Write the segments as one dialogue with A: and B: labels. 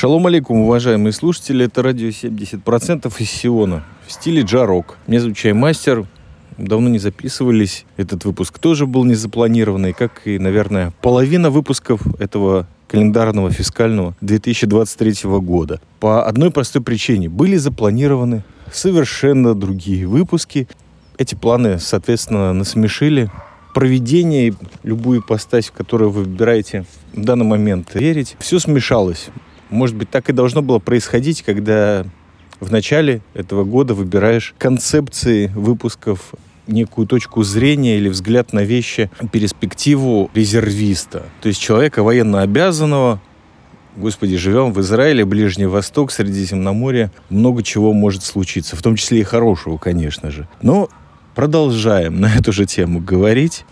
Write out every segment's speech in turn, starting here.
A: Шалом алейкум, уважаемые слушатели. Это радио 70% из Сиона в стиле джа-рок. Меня зовут Чаймастер. Давно не записывались. Этот выпуск тоже был незапланированный, как и, наверное, половина выпусков этого календарного фискального 2023 года. По одной простой причине. Были запланированы совершенно другие выпуски. Эти планы, соответственно, насмешили проведение, любую ипостась, в которую вы выбираете в данный момент верить. Все смешалось. Может быть, так и должно было происходить, когда в начале этого года выбираешь концепции выпусков, некую точку зрения или взгляд на вещи, перспективу резервиста. То есть человека военно обязанного. Господи, живем в Израиле, Ближний Восток, Средиземноморье. Много чего может случиться, в том числе и хорошего, конечно же. Но продолжаем на эту же тему говорить.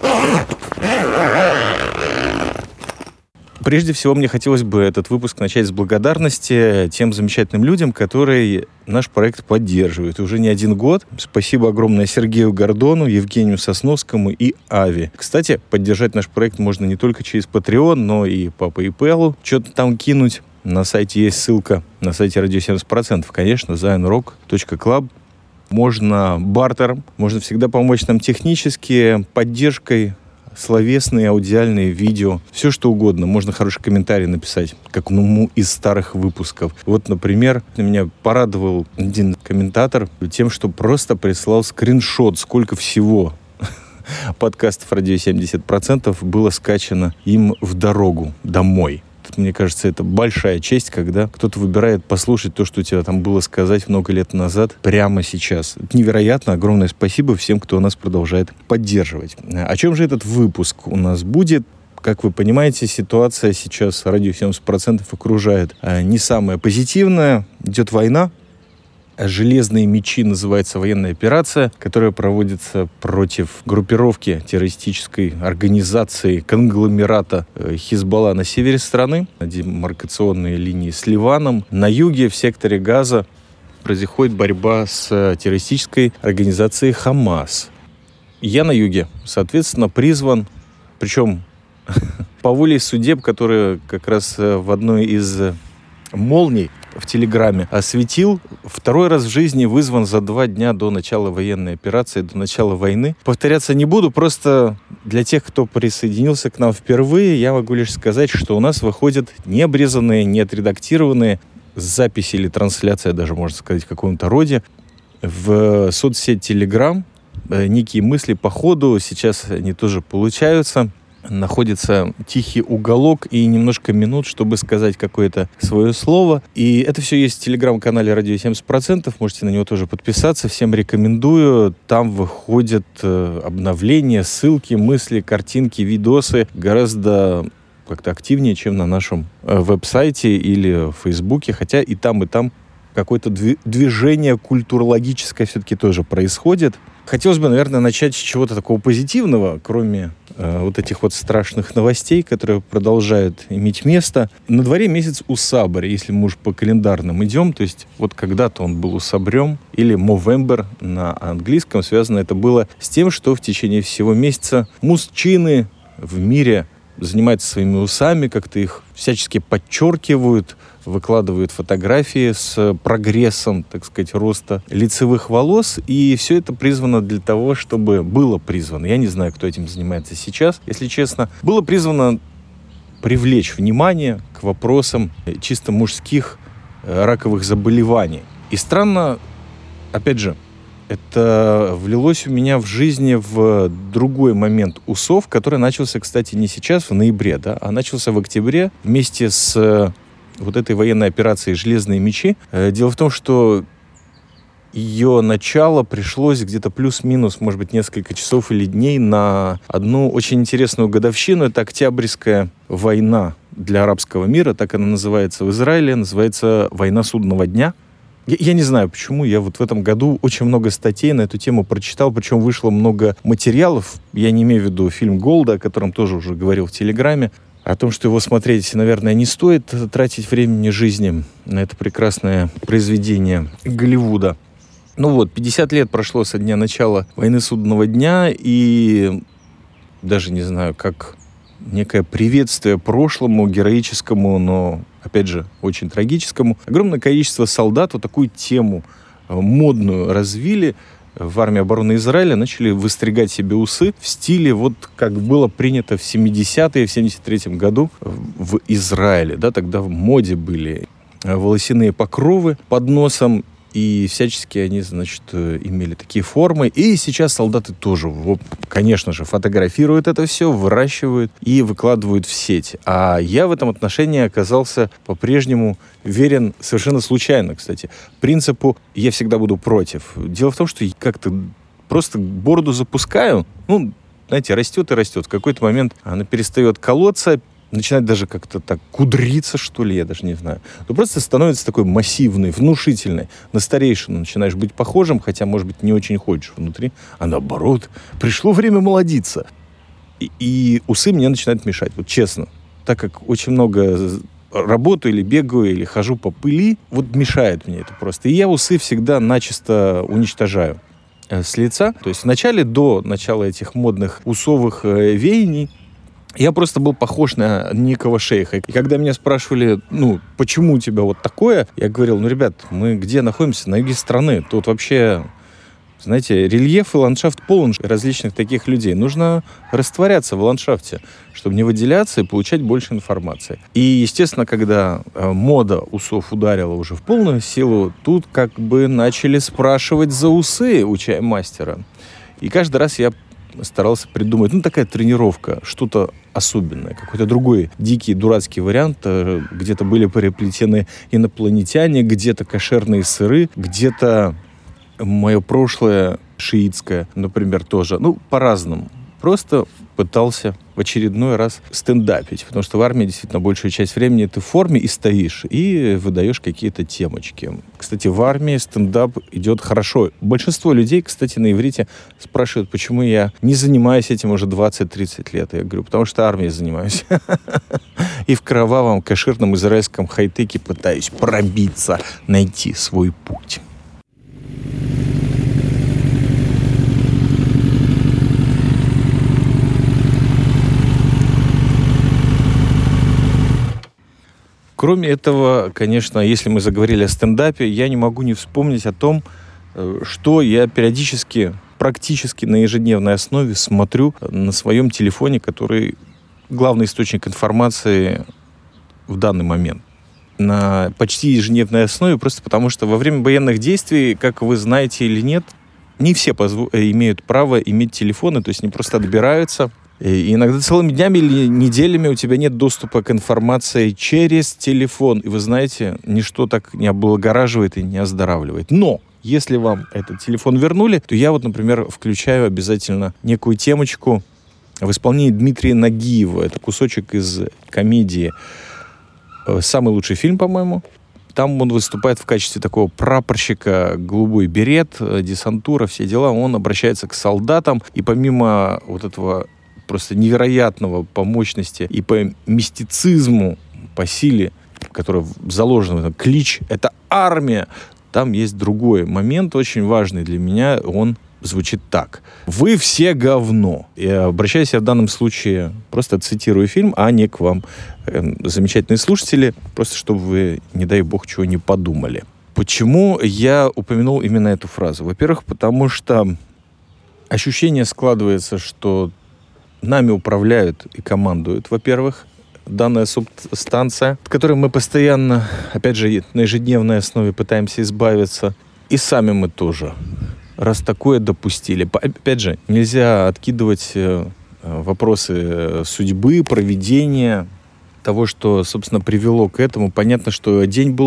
A: Прежде всего, мне хотелось бы этот выпуск начать с благодарности тем замечательным людям, которые наш проект поддерживают. Уже не один год. Спасибо огромное Сергею Гордону, Евгению Сосновскому и Аве. Кстати, поддержать наш проект можно не только через Patreon, но и по PayPal. Что-то там кинуть. На сайте есть ссылка. На сайте радио 70%, конечно, zionrock.club. Можно бартером, можно всегда помочь нам технически, поддержкой, словесные, аудиальные, видео, все что угодно. Можно хороший комментарий написать, как из старых выпусков. Вот, например, меня порадовал один комментатор тем, что просто прислал скриншот, сколько всего подкастов «Радио 70%» было скачано им в дорогу домой. Мне кажется, это большая честь, когда кто-то выбирает послушать то, что у тебя там было сказать много лет назад, прямо сейчас. Это невероятно. Огромное спасибо всем, кто нас продолжает поддерживать. О чем же этот выпуск у нас будет? Как вы понимаете, ситуация сейчас радио 70% окружает не самая позитивная. Идет война. «Железные мечи» называется военная операция, которая проводится против группировки террористической организации конгломерата Хизбалла на севере страны, на демаркационной линии с Ливаном. На юге, в секторе Газа, происходит борьба с террористической организацией Хамас. Я на юге, соответственно, призван, причем по воле судеб, которые как раз в одной из молний в Телеграме осветил. Второй раз в жизни вызван за 2 дня до начала военной операции, до начала войны. Повторяться не буду, просто для тех, кто присоединился к нам впервые, я могу лишь сказать, что у нас выходят необрезанные, не отредактированные записи или трансляция, даже можно сказать, в каком-то роде, в соцсеть Телеграм. Некие мысли по ходу, сейчас они тоже получаются. Находится тихий уголок и немножко минут, чтобы сказать какое-то свое слово. И это все есть в телеграм-канале «Радио 70%». Можете на него тоже подписаться. Всем рекомендую. Там выходят обновления, ссылки, мысли, картинки, видосы гораздо как-то активнее, чем на нашем веб-сайте или в Фейсбуке. Хотя и там какое-то движение культурологическое все-таки тоже происходит. Хотелось бы, наверное, начать с чего-то такого позитивного, кроме вот этих вот страшных новостей, которые продолжают иметь место. На дворе месяц Усабр, если мы уж по календарным идем, то есть вот когда-то он был Усабрем, или Мовембер на английском. Связано это было с тем, что в течение всего месяца мужчины в мире занимаются своими усами, как-то их всячески подчеркивают, выкладывают фотографии с прогрессом, так сказать, роста лицевых волос. И все это призвано для того, чтобы было призвано. Я не знаю, кто этим занимается сейчас, если честно. Было призвано привлечь внимание к вопросам чисто мужских раковых заболеваний. И странно, опять же, это влилось у меня в жизни в другой момент усов, который начался, кстати, не сейчас, в ноябре, а начался в октябре вместе с вот этой военной операцией «Железные мечи». Дело в том, что ее начало пришлось где-то плюс-минус, может быть, несколько часов или дней на одну очень интересную годовщину. Это Октябрьская война для арабского мира, так она называется в Израиле, называется «Война судного дня». Я не знаю, почему. Я вот в этом году очень много статей на эту тему прочитал, причем вышло много материалов. Я не имею в виду фильм «Голда», о котором тоже уже говорил в Телеграме, о том, что его смотреть, наверное, не стоит тратить времени жизни на это прекрасное произведение Голливуда. 50 лет прошло со дня начала войны судного дня, и даже не знаю, как некое приветствие прошлому, героическому, но опять же, очень трагическому. Огромное количество солдат вот такую тему модную развили в армии обороны Израиля, начали выстригать себе усы в стиле, вот как было принято в 70-е, в 73-м году в Израиле. Да, тогда в моде были волосяные покровы под носом, и всячески они, значит, имели такие формы. И сейчас солдаты тоже, конечно же, фотографируют это все, выращивают и выкладывают в сеть. А я в этом отношении оказался по-прежнему верен совершенно случайно, кстати, принципу «я всегда буду против». Дело в том, что я как-то просто бороду запускаю, знаете, растет и растет. В какой-то момент она перестает колоться, начинает даже как-то так кудриться, что ли, я даже не знаю. Просто становится такой массивной, внушительной. На старейшину начинаешь быть похожим, хотя, может быть, не очень хочешь внутри, а наоборот, пришло время молодиться. И усы мне начинают мешать, вот честно. Так как очень много работаю или бегаю, или хожу по пыли, вот мешает мне это просто. И я усы всегда начисто уничтожаю с лица. То есть вначале, до начала этих модных усовых веяний, я просто был похож на некого шейха. И когда меня спрашивали, почему у тебя вот такое, я говорил, ребят, мы где находимся? На юге страны. Тут вообще, знаете, рельеф и ландшафт полон различных таких людей. Нужно растворяться в ландшафте, чтобы не выделяться и получать больше информации. И, естественно, когда мода усов ударила уже в полную силу, тут как бы начали спрашивать за усы у чаймастера. И каждый раз я старался придумать, такая тренировка, что-то особенное, какой-то другой дикий, дурацкий вариант. Где-то были переплетены инопланетяне, где-то кошерные сыры, где-то мое прошлое шиитское, например, тоже. По-разному. Просто пытался в очередной раз стендапить, потому что в армии действительно большую часть времени ты в форме и стоишь, и выдаешь какие-то темочки. Кстати, в армии стендап идет хорошо. Большинство людей, кстати, на иврите спрашивают, почему я не занимаюсь этим уже 20-30 лет. Я говорю, потому что армией занимаюсь. И в кровавом, кошерном израильском хай-теке пытаюсь пробиться, найти свой путь. Кроме этого, конечно, если мы заговорили о стендапе, я не могу не вспомнить о том, что я периодически, практически на ежедневной основе смотрю на своем телефоне, который главный источник информации в данный момент. На почти ежедневной основе, просто потому что во время военных действий, как вы знаете или нет, не все имеют право иметь телефоны, то есть они просто отбираются. И иногда целыми днями или неделями у тебя нет доступа к информации через телефон. И вы знаете, ничто так не облагораживает и не оздоравливает. Но если вам этот телефон вернули, то я например, включаю обязательно некую темочку в исполнении Дмитрия Нагиева. Это кусочек из комедии «Самый лучший фильм», по-моему. Там он выступает в качестве такого прапорщика, голубой берет, десантура, все дела. Он обращается к солдатам. И помимо вот этого просто невероятного по мощности и по мистицизму, по силе, которая заложена в этом клич, это армия. Там есть другой момент, очень важный для меня, он звучит так. Вы все говно. И обращаюсь я в данном случае, просто цитирую фильм, а не к вам, замечательные слушатели, просто чтобы вы, не дай бог, чего не подумали. Почему я упомянул именно эту фразу? Во-первых, потому что ощущение складывается, что нами управляют и командуют, во-первых, данная субстанция, от которой мы постоянно, опять же, на ежедневной основе пытаемся избавиться. И сами мы тоже, раз такое допустили. Опять же, нельзя откидывать вопросы судьбы, провидения, того, что, собственно, привело к этому. Понятно, что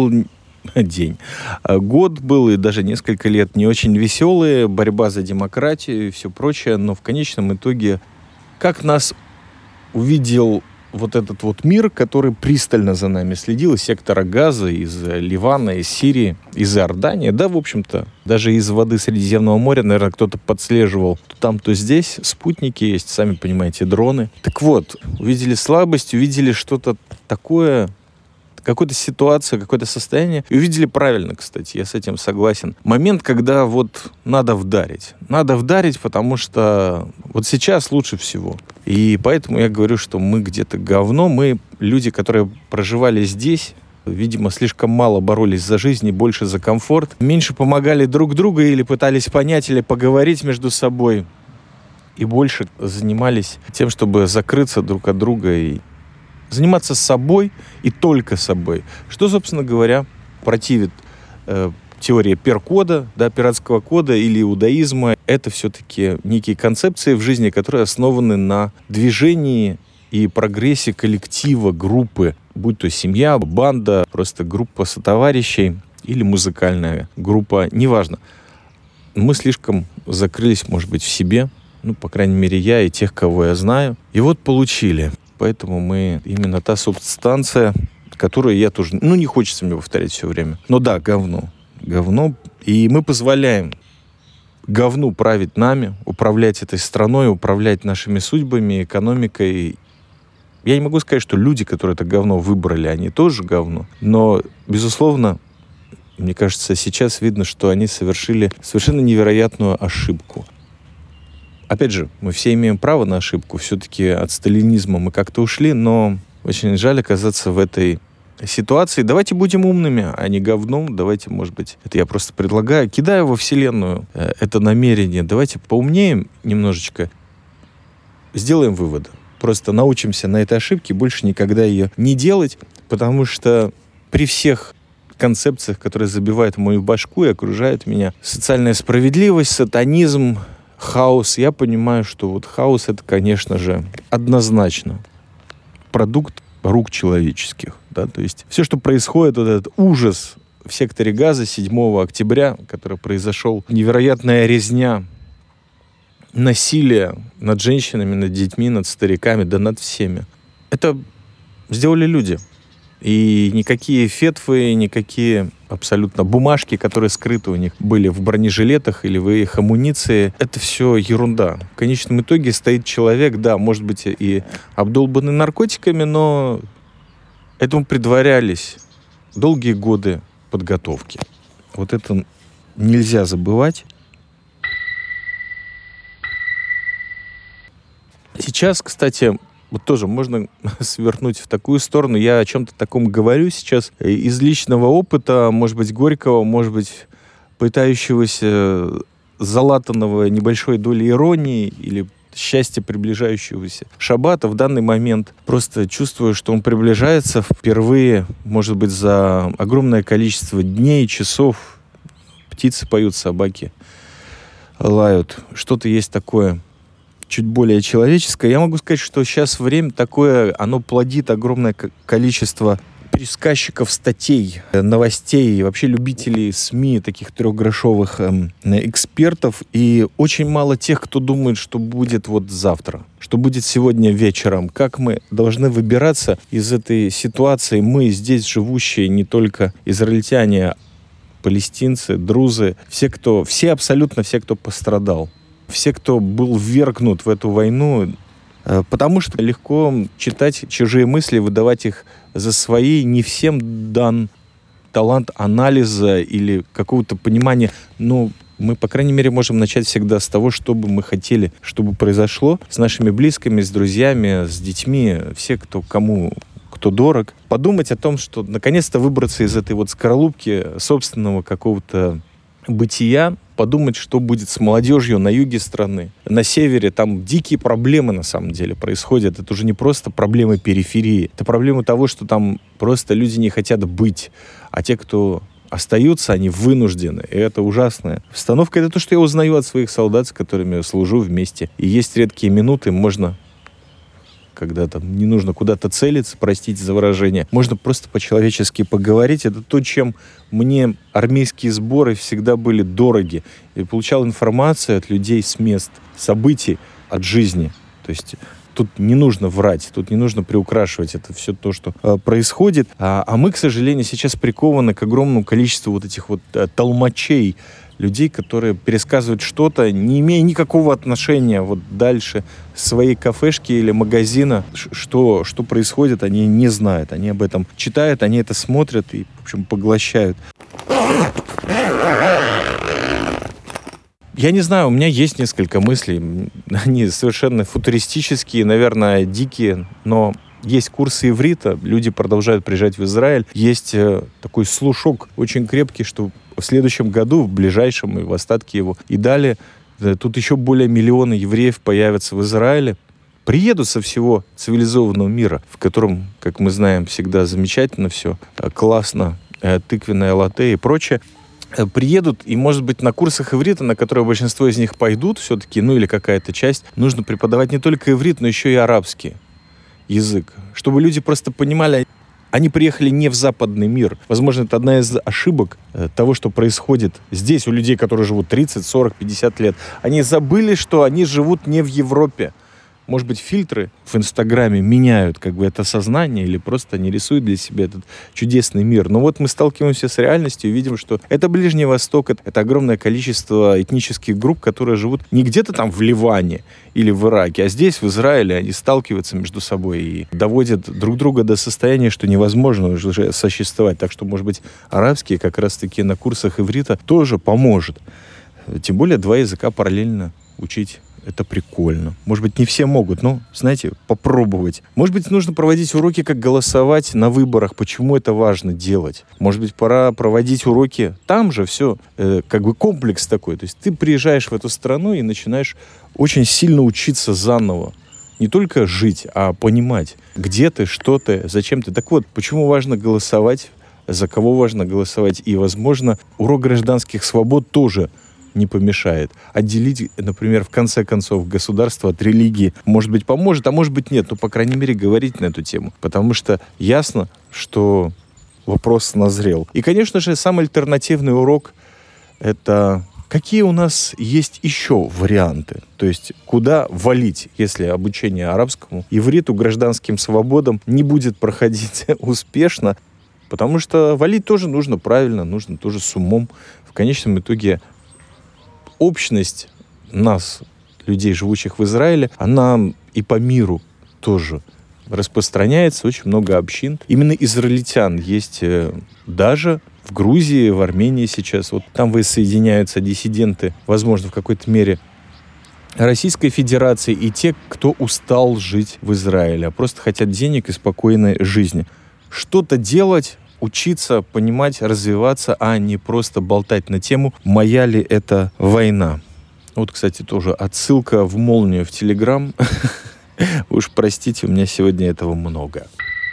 A: год был и даже несколько лет не очень веселые, борьба за демократию и все прочее, но в конечном итоге как нас увидел вот этот мир, который пристально за нами следил из сектора Газа, из Ливана, из Сирии, из Иордании, да, в общем-то, даже из воды Средиземного моря, наверное, кто-то подслеживал то там, то здесь, спутники есть, сами понимаете, дроны. Так вот, увидели слабость, увидели что-то такое, какую-то ситуацию, какое-то состояние. И увидели правильно, кстати, я с этим согласен. Момент, когда надо вдарить. Надо вдарить, потому что сейчас лучше всего. И поэтому я говорю, что мы где-то говно. Мы люди, которые проживали здесь, видимо, слишком мало боролись за жизнь и больше за комфорт. Меньше помогали друг другу или пытались понять, или поговорить между собой. И больше занимались тем, чтобы закрыться друг от друга и заниматься собой и только собой. Что, собственно говоря, противит теории перкода, пиратского кода или иудаизма. Это все-таки некие концепции в жизни, которые основаны на движении и прогрессе коллектива, группы, будь то семья, банда, просто группа сотоварищей или музыкальная группа, неважно. Мы слишком закрылись, может быть, в себе, по крайней мере, я и тех, кого я знаю. И вот получили. Поэтому мы именно та субстанция, которую я тоже... не хочется мне повторять все время. Но да, говно. И мы позволяем говну править нами, управлять этой страной, управлять нашими судьбами, экономикой. Я не могу сказать, что люди, которые это говно выбрали, они тоже говно. Но, безусловно, мне кажется, сейчас видно, что они совершили совершенно невероятную ошибку. Опять же, мы все имеем право на ошибку. Все-таки от сталинизма мы как-то ушли, но очень жаль оказаться в этой ситуации. Давайте будем умными, а не говном. Давайте, может быть, это я просто предлагаю, кидаю во Вселенную это намерение. Давайте поумнеем немножечко, сделаем выводы. Просто научимся на этой ошибке больше никогда ее не делать, потому что при всех концепциях, которые забивают мою башку и окружают меня, социальная справедливость, сатанизм, хаос, я понимаю, что вот хаос — это, конечно же, однозначно продукт рук человеческих. То есть все, что происходит, вот этот ужас в секторе Газа 7 октября, который произошел, невероятная резня, насилие над женщинами, над детьми, над стариками, над всеми. Это сделали люди. И никакие фетвы, никакие абсолютно бумажки, которые скрыты у них были в бронежилетах или в их амуниции, это все ерунда. В конечном итоге стоит человек, может быть, и обдолбанный наркотиками, но этому предварялись долгие годы подготовки. Вот это нельзя забывать. Сейчас, кстати, тоже можно свернуть в такую сторону. Я о чем-то таком говорю сейчас из личного опыта, может быть, горького, может быть, пытающегося залатанного небольшой долей иронии или счастья приближающегося шаббата. В данный момент просто чувствую, что он приближается впервые, может быть, за огромное количество дней, часов. Птицы поют, собаки лают. Что-то есть такое чуть более человеческое. Я могу сказать, что сейчас время такое, оно плодит огромное количество пересказчиков статей, новостей, вообще любителей СМИ, таких трехгрошовых экспертов, и очень мало тех, кто думает, что будет вот завтра, что будет сегодня вечером, как мы должны выбираться из этой ситуации. Мы здесь живущие, не только израильтяне, палестинцы, друзы, абсолютно все, кто пострадал. Все, кто был ввергнут в эту войну, потому что легко читать чужие мысли, выдавать их за свои. Не всем дан талант анализа или какого-то понимания. Но мы, по крайней мере, можем начать всегда с того, что бы мы хотели, чтобы произошло с нашими близкими, с друзьями, с детьми, все, кто дорог. Подумать о том, что наконец-то выбраться из этой вот скорлупки собственного какого-то бытия, подумать, что будет с молодежью на юге страны. На севере там дикие проблемы на самом деле происходят. Это уже не просто проблемы периферии. Это проблемы того, что там просто люди не хотят быть. А те, кто остаются, они вынуждены. И это ужасная обстановка. Это то, что я узнаю от своих солдат, с которыми я служу вместе. И есть редкие минуты, можно, когда там не нужно куда-то целиться, простите за выражение, можно просто по-человечески поговорить. Это то, чем мне армейские сборы всегда были дороги. Я получал информацию от людей с мест, событий, от жизни. То есть тут не нужно врать, тут не нужно приукрашивать. Это все то, что происходит. А мы, к сожалению, сейчас прикованы к огромному количеству вот этих вот толмачей, людей, которые пересказывают что-то, не имея никакого отношения вот дальше своей кафешки или магазина. Что происходит, они не знают. Они об этом читают, они это смотрят и, в общем, поглощают. Я не знаю, у меня есть несколько мыслей. Они совершенно футуристические, наверное, дикие, но есть курсы иврита, люди продолжают приезжать в Израиль. Есть такой слушок очень крепкий, что в следующем году, в ближайшем, и в остатке его, и далее, тут еще более миллиона евреев появятся в Израиле. Приедут со всего цивилизованного мира, в котором, как мы знаем, всегда замечательно все, классно, тыквенное латте и прочее. Приедут, и, может быть, на курсах иврита, на которые большинство из них пойдут все-таки, ну или какая-то часть, нужно преподавать не только иврит, но еще и арабский язык. Чтобы люди просто понимали, они приехали не в западный мир. Возможно, это одна из ошибок того, что происходит здесь у людей, которые живут 30, 40, 50 лет. Они забыли, что они живут не в Европе. Может быть, фильтры в Инстаграме меняют это сознание или просто не рисуют для себя этот чудесный мир. Но вот мы сталкиваемся с реальностью и видим, что это Ближний Восток, это огромное количество этнических групп, которые живут не где-то там в Ливане или в Ираке, а здесь, в Израиле, они сталкиваются между собой и доводят друг друга до состояния, что невозможно уже существовать. Так что, может быть, арабский как раз-таки на курсах иврита тоже поможет. Тем более 2 языка параллельно учить. Это прикольно. Может быть, не все могут, но, знаете, попробовать. Может быть, нужно проводить уроки, как голосовать на выборах, почему это важно делать. Может быть, пора проводить уроки. Там же все, комплекс такой. То есть ты приезжаешь в эту страну и начинаешь очень сильно учиться заново. Не только жить, а понимать, где ты, что ты, зачем ты. Так вот, почему важно голосовать, за кого важно голосовать. И, возможно, урок гражданских свобод тоже не помешает. Отделить, например, в конце концов, государство от религии, может быть, поможет, а может быть, нет. Но, по крайней мере, говорить на эту тему. Потому что ясно, что вопрос назрел. И, конечно же, самый альтернативный урок — это какие у нас есть еще варианты. То есть, куда валить, если обучение арабскому, ивриту, гражданским свободам не будет проходить успешно. Потому что валить тоже нужно правильно, нужно тоже с умом. В конечном итоге общность нас, людей, живущих в Израиле, она и по миру тоже распространяется. Очень много общин. Именно израильтян есть даже в Грузии, в Армении сейчас. Вот там воссоединяются диссиденты, возможно, в какой-то мере Российской Федерации и те, кто устал жить в Израиле, а просто хотят денег и спокойной жизни. Что-то делать, учиться, понимать, развиваться, а не просто болтать на тему, моя ли это война. Вот, кстати, тоже отсылка в молнию в Телеграм. Уж простите, у меня сегодня этого много.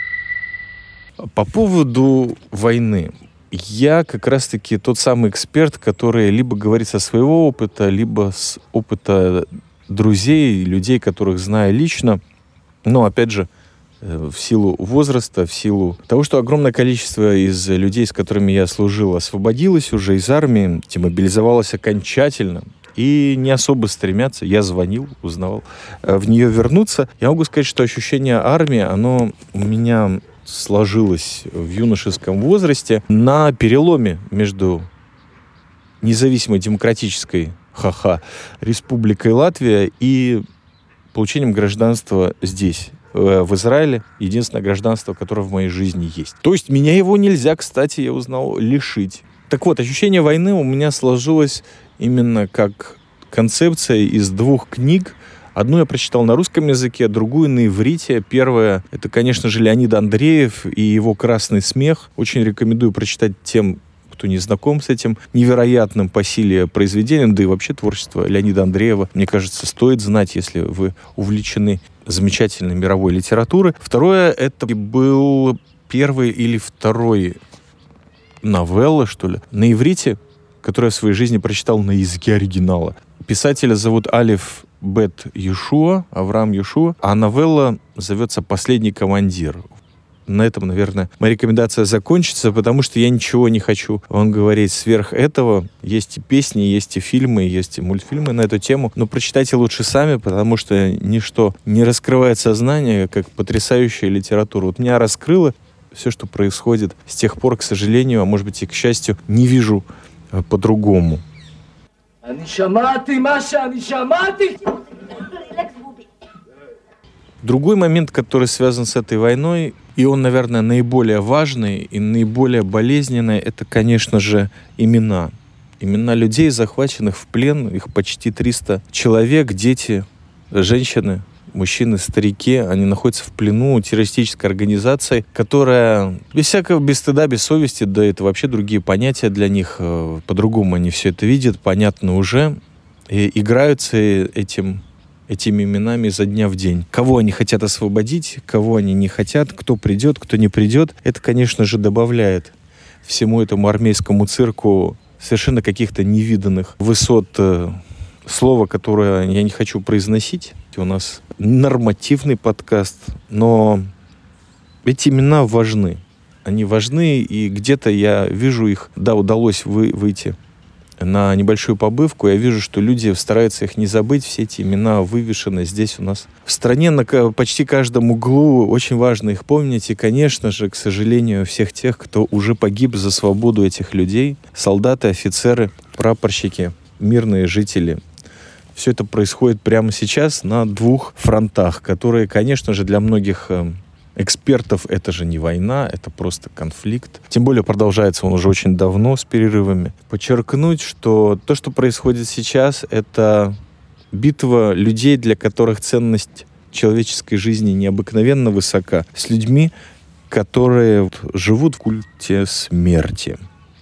A: По поводу войны. Я как раз-таки тот самый эксперт, который либо говорит со своего опыта, либо с опыта друзей, людей, которых знаю лично. Но, опять же, в силу возраста, в силу того, что огромное количество из людей, с которыми я служил, освободилось уже из армии, демобилизовалось окончательно и не особо стремятся. Я звонил, узнавал, в нее вернуться. Я могу сказать, что ощущение армии, оно у меня сложилось в юношеском возрасте на переломе между независимой демократической республикой Латвия и получением гражданства здесь, в Израиле, единственное гражданство, которое в моей жизни есть. То есть меня его нельзя, кстати, я узнал, лишить. Так вот, ощущение войны у меня сложилось именно как концепция из 2 книг. Одну я прочитал на русском языке, другую на иврите. Первая — это, конечно же, Леонид Андреев и его «Красный смех». Очень рекомендую прочитать тем, кто не знаком с этим невероятным по силе произведением, да и вообще творчество Леонида Андреева, мне кажется, стоит знать, если вы увлечены замечательной мировой литературой. Второе — это был первый или второй новелла, что ли, на иврите, которую я в своей жизни прочитал на языке оригинала. Писателя зовут Алеф Бет Йешуа, Авраам Йешуа, а новелла зовется «Последний командир». На этом, наверное, моя рекомендация закончится, потому что я ничего не хочу вам говорить сверх этого. Есть и песни, есть и фильмы, есть и мультфильмы на эту тему, но прочитайте лучше сами, потому что ничто не раскрывает сознание, как потрясающая литература. Вот меня раскрыло все, что происходит с тех пор, к сожалению, а может быть и к счастью, не вижу по-другому. Другой момент, который связан с этой войной, и он, наверное, наиболее важный и наиболее болезненный, это, конечно же, имена. Имена людей, захваченных в плен, их почти 300 человек, дети, женщины, мужчины, старики, они находятся в плену террористической организации, которая без всякого, без стыда, без совести, да это вообще другие понятия для них, по-другому они все это видят, понятно уже, и играются этими именами изо дня в день. Кого они хотят освободить, кого они не хотят, кто придет, кто не придет, это, конечно же, добавляет всему этому армейскому цирку совершенно каких-то невиданных высот, слова, которое я не хочу произносить. У нас нормативный подкаст, но эти имена важны. Они важны, и где-то я вижу их, да, удалось выйти на небольшую побывку. Я вижу, что люди стараются их не забыть. Все эти имена вывешены здесь у нас в стране на почти каждом углу. Очень важно их помнить. И, конечно же, к сожалению, всех тех, кто уже погиб за свободу этих людей. Солдаты, офицеры, прапорщики, мирные жители. Все это происходит прямо сейчас на двух фронтах, которые, конечно же, для многих экспертов это же не война, это просто конфликт. Тем более продолжается он уже очень давно с перерывами. Подчеркнуть, что то, что происходит сейчас, это битва людей, для которых ценность человеческой жизни необыкновенно высока, с людьми, которые живут в культе смерти.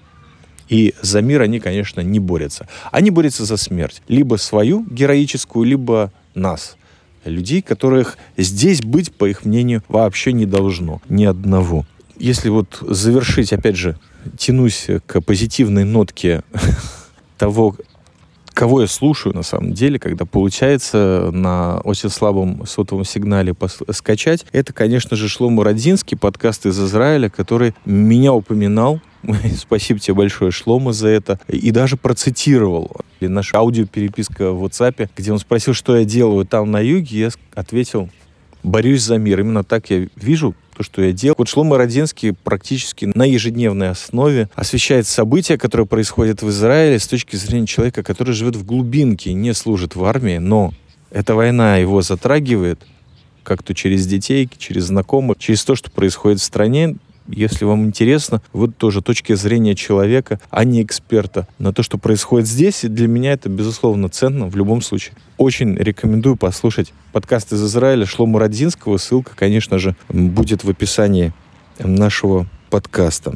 A: И за мир они, конечно, не борются. Они борются за смерть. Либо свою героическую, либо нас. Людей, которых здесь быть, по их мнению, вообще не должно. Ни одного. Если вот завершить, опять же, тянусь к позитивной нотке того, кого я слушаю на самом деле, когда получается на очень слабом сотовом сигнале скачать, это, конечно же, Шломо Родзинский, подкаст из Израиля, который меня упоминал. Спасибо тебе большое, Шломо, за это. И даже процитировал. И наша аудиопереписка в WhatsApp, где он спросил, что я делаю там на юге, я ответил: борюсь за мир. Именно так я вижу то, что я делаю. Вот Шломо Родзинский практически на ежедневной основе освещает события, которые происходят в Израиле с точки зрения человека, который живет в глубинке, не служит в армии, но эта война его затрагивает как-то через детей, через знакомых, через то, что происходит в стране. Если вам интересно, вот тоже точки зрения человека, а не эксперта, на то, что происходит здесь, и для меня это, безусловно, ценно в любом случае. Очень рекомендую послушать подкаст из Израиля Шломо Родзинского. Ссылка, конечно же, будет в описании нашего подкаста.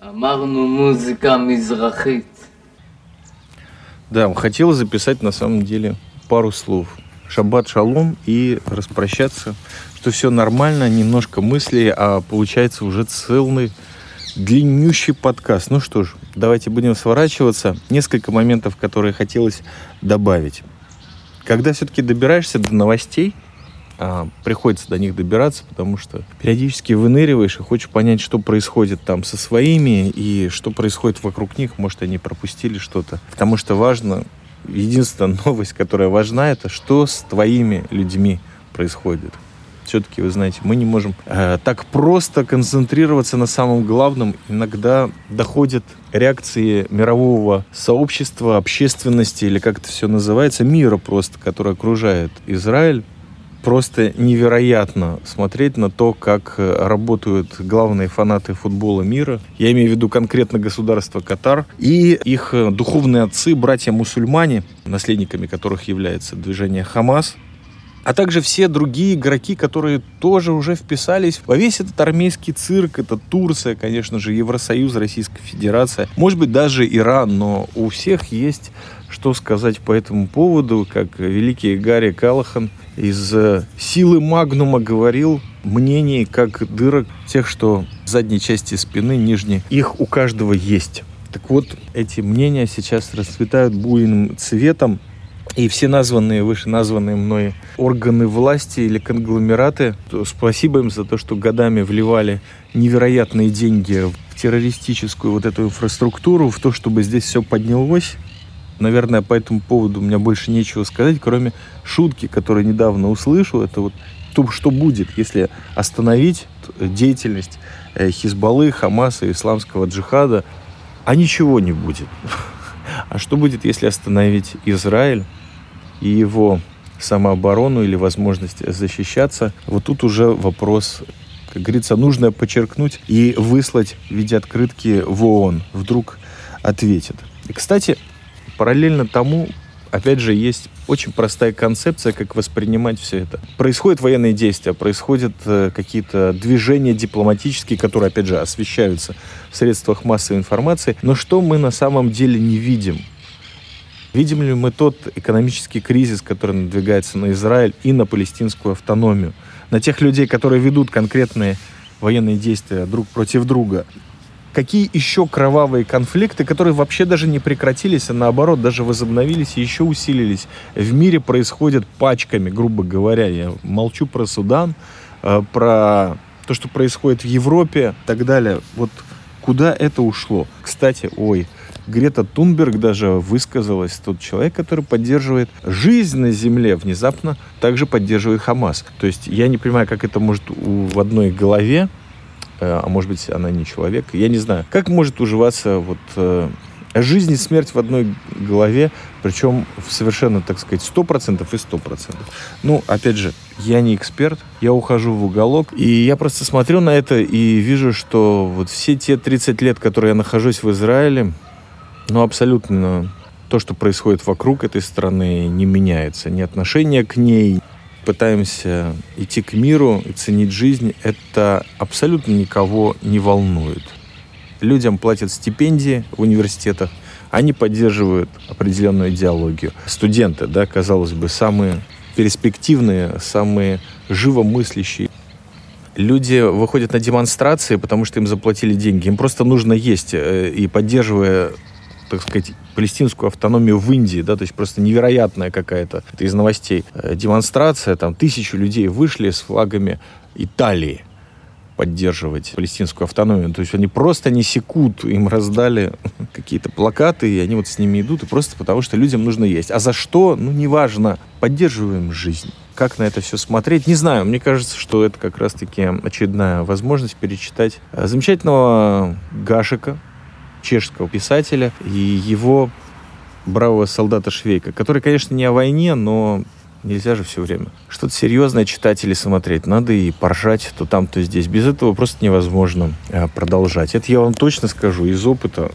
A: Да, хотел записать, на самом деле, пару слов. Шаббат шалом и распрощаться, что все нормально, немножко мыслей, а получается уже целый длиннющий подкаст. Ну что ж, давайте будем сворачиваться. Несколько моментов, которые хотелось добавить. Когда все-таки добираешься до новостей, приходится до них добираться, потому что периодически выныриваешь и хочешь понять, что происходит там со своими и что происходит вокруг них. Может, они пропустили что-то. Потому что важно... Единственная новость, которая важна, это что с твоими людьми происходит. Все-таки, вы знаете, мы не можем так просто концентрироваться на самом главном. Иногда доходят реакции мирового сообщества, общественности, или как это все называется, мира просто, который окружает Израиль. Просто невероятно смотреть на то, как работают главные фанаты футбола мира. Я имею в виду конкретно государство Катар и их духовные отцы, братья-мусульмане, наследниками которых является движение Хамас, а также все другие игроки, которые тоже уже вписались во весь этот армейский цирк. Это Турция, конечно же, Евросоюз, Российская Федерация, может быть, даже Иран, но у всех есть что сказать по этому поводу, как великий Гарри Каллахан из «Силы Магнума» говорил: мнений, как дырок тех, что в задней части спины, нижней, их у каждого есть. Так вот, эти мнения сейчас расцветают буйным цветом, и все вышеназванные мной органы власти или конгломераты, спасибо им за то, что годами вливали невероятные деньги в террористическую вот эту инфраструктуру, в то, чтобы здесь все поднялось. Наверное, по этому поводу у меня больше нечего сказать, кроме шутки, которую недавно услышал. Это вот то, что будет, если остановить деятельность Хизбаллы, Хамаса, исламского джихада, а ничего не будет. А что будет, если остановить Израиль и его самооборону или возможность защищаться? Вот тут уже вопрос, как говорится, нужно подчеркнуть и выслать в виде открытки в ООН. Вдруг ответит. И, кстати, параллельно тому опять же, есть очень простая концепция, как воспринимать все это. Происходят военные действия, происходят какие-то движения дипломатические, которые, опять же, освещаются в средствах массовой информации. Но что мы на самом деле не видим? Видим ли мы тот экономический кризис, который надвигается на Израиль и на палестинскую автономию? На тех людей, которые ведут конкретные военные действия друг против друга? Какие еще кровавые конфликты, которые вообще даже не прекратились, а наоборот даже возобновились и еще усилились, в мире происходят пачками, грубо говоря. Я молчу про Судан, про то, что происходит в Европе и так далее. Вот куда это ушло? Кстати, Грета Тунберг даже высказалась, тот человек, который поддерживает жизнь на земле, внезапно также поддерживает Хамас. То есть я не понимаю, как это может в одной голове, а может быть, она не человек, я не знаю, как может уживаться жизнь и смерть в одной голове, причем в совершенно, так сказать, 100% и 100%. Опять же, я не эксперт, я ухожу в уголок, и я просто смотрю на это и вижу, что вот все те 30 лет, которые я нахожусь в Израиле, абсолютно то, что происходит вокруг этой страны, не меняется. Ни отношение к ней. Пытаемся идти к миру и ценить жизнь. Это абсолютно никого не волнует. Людям платят стипендии в университетах. Они поддерживают определенную идеологию. Студенты, казалось бы, самые перспективные, самые живомыслящие. Люди выходят на демонстрации, потому что им заплатили деньги. Им просто нужно есть. И поддерживая, так сказать, палестинскую автономию в Индии, то есть просто невероятная какая-то, это из новостей, демонстрация, 1000 людей вышли с флагами Италии поддерживать палестинскую автономию. То есть они просто не секут, им раздали какие-то плакаты, и они с ними идут, и просто потому что людям нужно есть. А за что? Неважно. Поддерживаем жизнь. Как на это все смотреть? Не знаю. Мне кажется, что это как раз-таки очередная возможность перечитать замечательного Гашека, чешского писателя, и его бравого солдата Швейка, который, конечно, не о войне, но нельзя же все время что-то серьезное читать или смотреть. Надо и поржать то там, то здесь. Без этого просто невозможно продолжать. Это я вам точно скажу из опыта.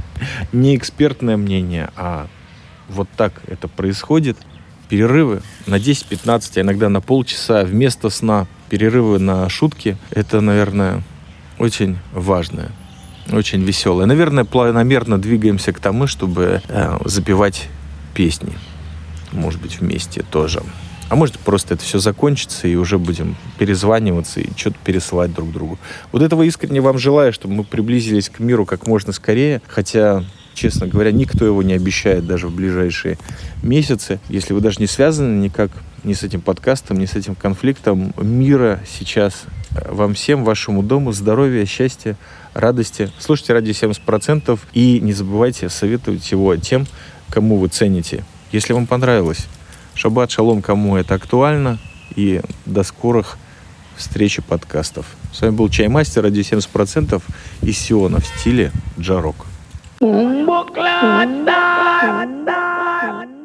A: Не экспертное мнение, а вот так это происходит. Перерывы на 10-15, а иногда на полчаса вместо сна, перерывы на шутки, это, наверное, очень важное. Очень веселое. Наверное, планомерно двигаемся к тому, чтобы запевать песни. Может быть, вместе тоже. А может, просто это все закончится, и уже будем перезваниваться и что-то пересылать друг другу. Вот этого искренне вам желаю, чтобы мы приблизились к миру как можно скорее. Хотя, честно говоря, никто его не обещает даже в ближайшие месяцы. Если вы даже не связаны никак ни с этим подкастом, ни с этим конфликтом, мира сейчас вам всем, вашему дому, здоровья, счастья, радости. Слушайте радио 70% и не забывайте советовать его тем, кому вы цените. Если вам понравилось, шаббат шалом, кому это актуально, и до скорых встреч и подкастов. С вами был Чаймастер, радио 70% из Сиона в стиле джарок.